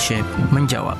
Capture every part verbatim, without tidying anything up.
Syekh menjawab.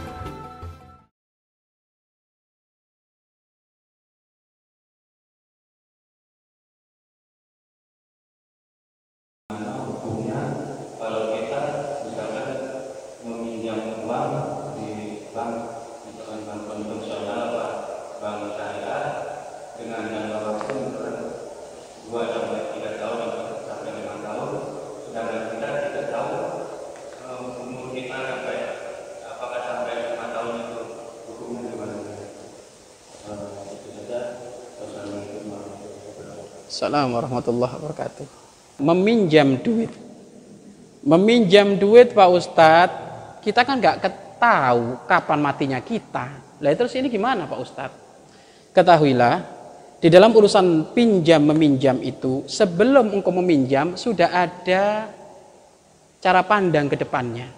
Assalamualaikum warahmatullahi wabarakatuh. Meminjam duit, meminjam duit Pak Ustadz, kita kan nggak tahu kapan matinya kita. Lah terus ini gimana Pak Ustadz? Ketahuilah, di dalam urusan pinjam meminjam itu, sebelum engkau meminjam sudah ada cara pandang ke depannya.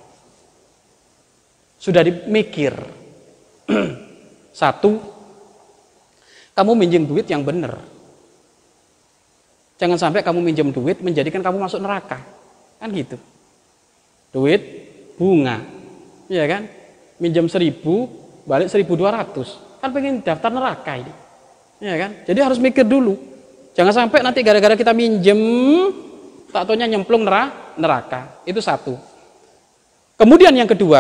Sudah dimikir. Satu, kamu minjem duit yang benar. Jangan sampai kamu minjem duit menjadikan kamu masuk neraka. Kan gitu. Duit bunga. Iya kan? Minjem seribu, balik seribu dua ratus. Kan pengen daftar neraka ini. Iya kan? Jadi harus mikir dulu. Jangan sampai nanti gara-gara kita minjem, tak taunya nyemplung neraka. Itu satu. Kemudian yang kedua,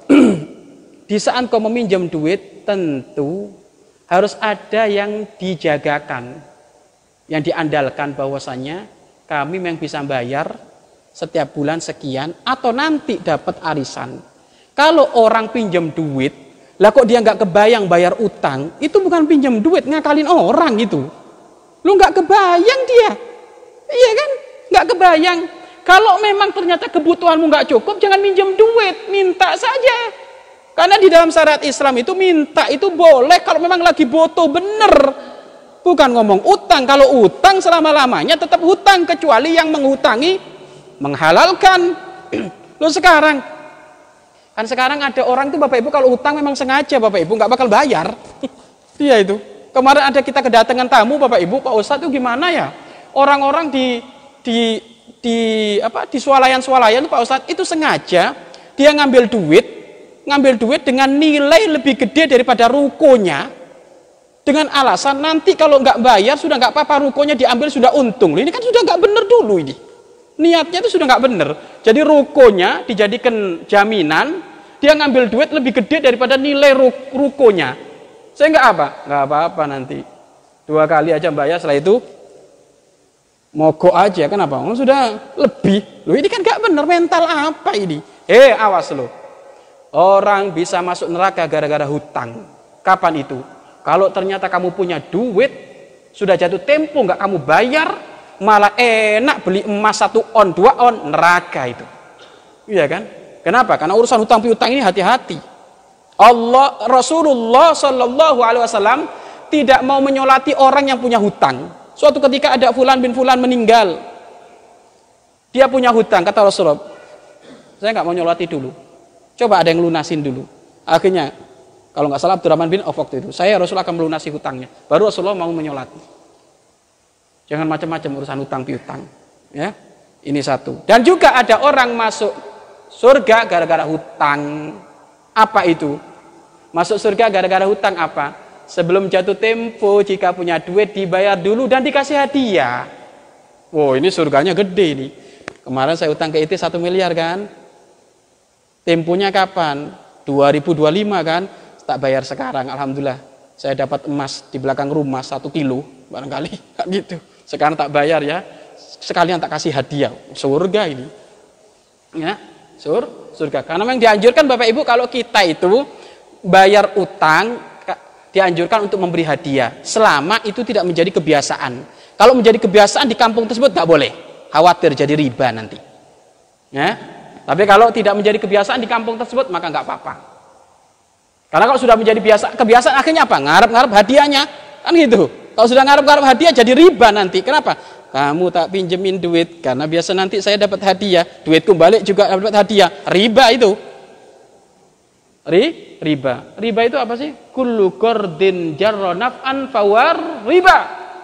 di saat kau meminjam duit, tentu harus ada yang dijagakan. Yang diandalkan bahwasanya kami memang bisa bayar setiap bulan sekian atau nanti dapat arisan. Kalau orang pinjam duit, lah kok dia nggak kebayang bayar utang, itu bukan pinjam duit, ngakalin orang itu. Lu nggak kebayang dia, iya kan? Nggak kebayang. Kalau memang ternyata kebutuhanmu nggak cukup, jangan minjem duit, minta saja. Karena di dalam syariat Islam itu minta itu boleh kalau memang lagi butuh bener. Bukan ngomong utang. Kalau utang selama-lamanya tetap hutang, kecuali yang menghutangi menghalalkan. Loh sekarang kan sekarang ada orang tuh Bapak Ibu kalau utang memang sengaja Bapak Ibu nggak bakal bayar. Iya itu. Kemarin ada kita kedatangan tamu Bapak Ibu, Pak Ustadz itu gimana ya? Orang-orang di di di apa di swalayan-swalayan Pak Ustadz itu sengaja dia ngambil duit, ngambil duit dengan nilai lebih gede daripada rukonya. Dengan alasan nanti kalau nggak bayar sudah nggak apa-apa, rukonya diambil sudah untung. Ini kan sudah nggak bener dulu ini. Niatnya itu sudah nggak bener. Jadi rukonya dijadikan jaminan, dia ngambil duit lebih gede daripada nilai rukonya. Saya nggak apa, nggak apa-apa nanti. Dua kali aja bayar, setelah itu mogok aja. Kenapa? Oh, sudah lebih. Loh ini kan nggak bener, mental apa ini? Eh awas loh. Orang bisa masuk neraka gara-gara hutang. Kapan itu? Kalau ternyata kamu punya duit, sudah jatuh tempo nggak kamu bayar, malah enak beli emas satu on, dua on, neraka itu. Iya kan? Kenapa? Karena urusan hutang piutang ini hati-hati. Allah Rasulullah Shallallahu Alaihi Wasallam tidak mau menyolati orang yang punya hutang. Suatu ketika ada fulan bin fulan meninggal, dia punya hutang, kata Rasulullah, saya nggak mau nyolati dulu. Coba ada yang lunasin dulu. Akhirnya kalau nggak salah Abdurrahman bin Auf waktu itu, saya Rasulullah akan melunasi hutangnya. Baru Rasulullah mau menyolati. Jangan macam-macam urusan hutang piutang. Ya, ini satu. Dan juga ada orang masuk surga gara-gara hutang. Apa itu? Masuk surga gara-gara hutang apa? Sebelum jatuh tempo, jika punya duit dibayar dulu dan dikasih hadiah. Wow, ini surganya gede nih. Kemarin saya utang ke I T satu miliar kan. Temponya kapan? dua ribu dua puluh lima kan. Tak bayar sekarang, alhamdulillah saya dapat emas di belakang rumah satu kilo barangkali gitu. Sekarang tak bayar ya, sekalian tak kasih hadiah. Surga ini, ya sur surga. Karena memang dianjurkan Bapak Ibu kalau kita itu bayar utang dianjurkan untuk memberi hadiah, selama itu tidak menjadi kebiasaan. Kalau menjadi kebiasaan di kampung tersebut tak boleh, khawatir jadi riba nanti. Ya, tapi kalau tidak menjadi kebiasaan di kampung tersebut maka nggak apa-apa. Karena kalau sudah menjadi biasa, kebiasaan akhirnya apa? Ngarep-ngarep hadiahnya, kan gitu. Kalau sudah ngarep-ngarep hadiah jadi riba nanti. Kenapa? Kamu tak pinjemin duit karena biasa nanti saya dapat hadiah, duitku balik juga dapat hadiah. Riba itu. Ri, riba. Riba itu apa sih? Kullu qardin jarra naf'an fawar riba.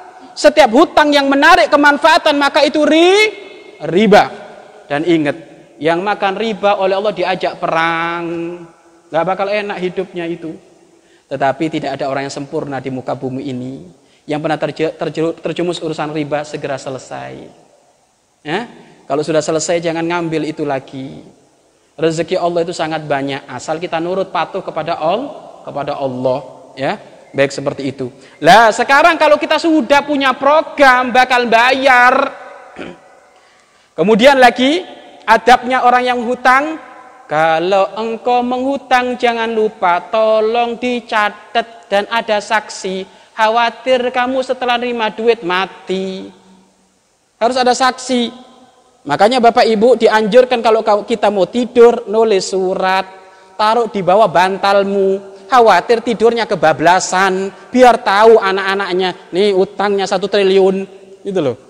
Setiap hutang yang menarik kemanfaatan maka itu ri, riba. Dan ingat, Yang makan riba oleh Allah diajak perang. Gak bakal enak hidupnya itu. Tetapi tidak ada orang yang sempurna di muka bumi ini. Yang pernah terje, terje, terjumus urusan riba segera selesai. Ya? Kalau sudah selesai jangan ngambil itu lagi. Rezeki Allah itu sangat banyak. Asal kita nurut patuh kepada Allah, kepada Allah. Ya, baik seperti itu. Lah sekarang kalau kita sudah punya program bakal bayar. Kemudian lagi adabnya orang yang hutang. Kalau engkau menghutang jangan lupa tolong dicatat dan ada saksi. Khawatir kamu setelah nerima duit mati. Harus ada saksi. Makanya Bapak Ibu dianjurkan kalau kita mau tidur nulis surat, taruh di bawah bantalmu. Khawatir tidurnya kebablasan, biar tahu anak-anaknya, nih utangnya satu triliun, gitu loh.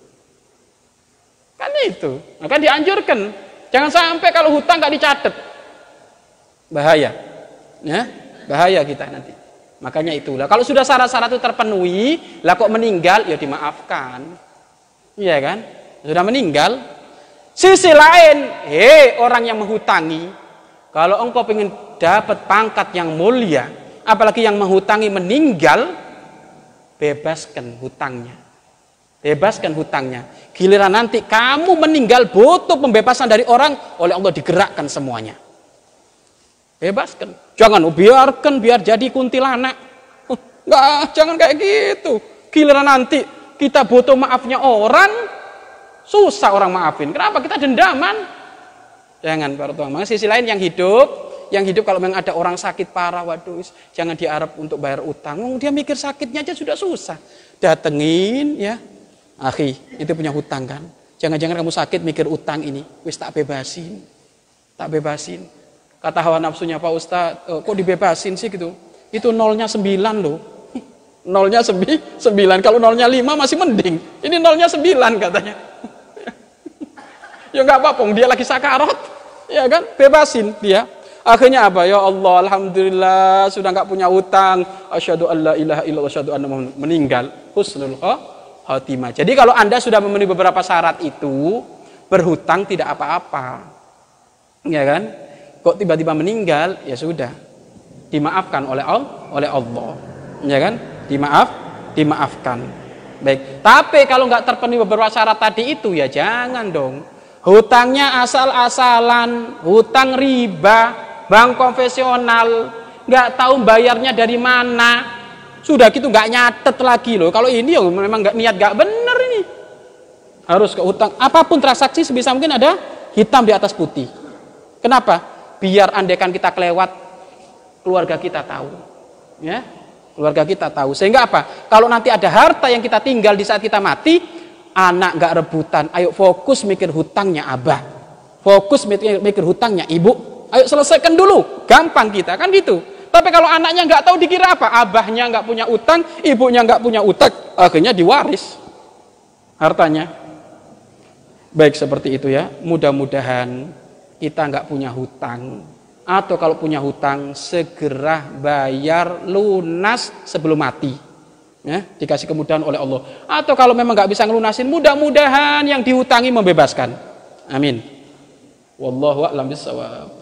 Kan itu. Maka dianjurkan, jangan sampai kalau hutang nggak dicatat, bahaya, ya, bahaya kita nanti. Makanya itulah. Kalau sudah syarat-syarat itu terpenuhi, lah kok meninggal, ya dimaafkan, iya kan? Sudah meninggal. Sisi lain, hei orang yang menghutangi, kalau engkau ingin dapat pangkat yang mulia, apalagi yang menghutangi meninggal, bebaskan hutangnya. Bebaskan hutangnya. Giliran nanti kamu meninggal butuh pembebasan dari orang, oleh Allah digerakkan semuanya. Bebaskan. Jangan biarkan biar jadi kuntilanak. Enggak, jangan kayak gitu. Giliran nanti kita butuh maafnya orang, susah orang maafin. Kenapa? Kita dendaman. Jangan, para tuan. Maka sisi lain yang hidup, yang hidup kalau memang ada orang sakit parah, waduh, jangan diharap untuk bayar utang. Oh, dia mikir sakitnya aja sudah susah. Datengin, ya, akhi, itu punya hutang kan. Jangan-jangan kamu sakit mikir utang ini, wis tak bebasin, tak bebasin. Kata hawa nafsunya Pak Ustadz, oh, kok dibebasin sih gitu? Itu nolnya sembilan loh. Nolnya sembi, sembilan. Kalau nolnya lima masih mending. Ini nolnya sembilan katanya. Ya nggak apa-apa, dia lagi sakarat, ya kan? Bebasin dia. Akhirnya apa? Ya Allah, alhamdulillah sudah nggak punya utang. Asyhadu alla ilaha illallah, asyhadu anna Muhammadan, meninggal. Husnul khotimah. Jadi kalau Anda sudah memenuhi beberapa syarat itu, berhutang tidak apa-apa, ya kan? Kok tiba-tiba meninggal, ya sudah, dimaafkan oleh Allah, oleh Allah, ya kan? Dimaaf, dimaafkan. Baik. Tapi kalau nggak terpenuhi beberapa syarat tadi itu, ya jangan dong. Hutangnya asal-asalan, hutang riba, bank konvensional, nggak tahu bayarnya dari mana, sudah gitu nggak nyatet lagi loh. Kalau ini ya memang nggak niat nggak bener ini. Harus ke hutang, apapun transaksi sebisa mungkin ada hitam di atas putih. Kenapa? Biar andaikan kita kelewat, keluarga kita tahu, ya, keluarga kita tahu. Sehingga apa? Kalau nanti ada harta yang kita tinggal di saat kita mati, anak nggak rebutan, ayo fokus mikir hutangnya abah, fokus mikir, mikir hutangnya ibu, ayo selesaikan dulu, gampang kita kan gitu. Tapi kalau anaknya nggak tahu dikira apa, abahnya nggak punya utang, ibunya nggak punya utang, akhirnya diwaris hartanya. Baik seperti itu ya. Mudah-mudahan kita nggak punya hutang, atau kalau punya hutang segera bayar lunas sebelum mati. Ya, dikasih kemudahan oleh Allah. Atau kalau memang nggak bisa ngelunasin, mudah-mudahan yang dihutangi membebaskan. Amin. Wallahu a'lam bishawab.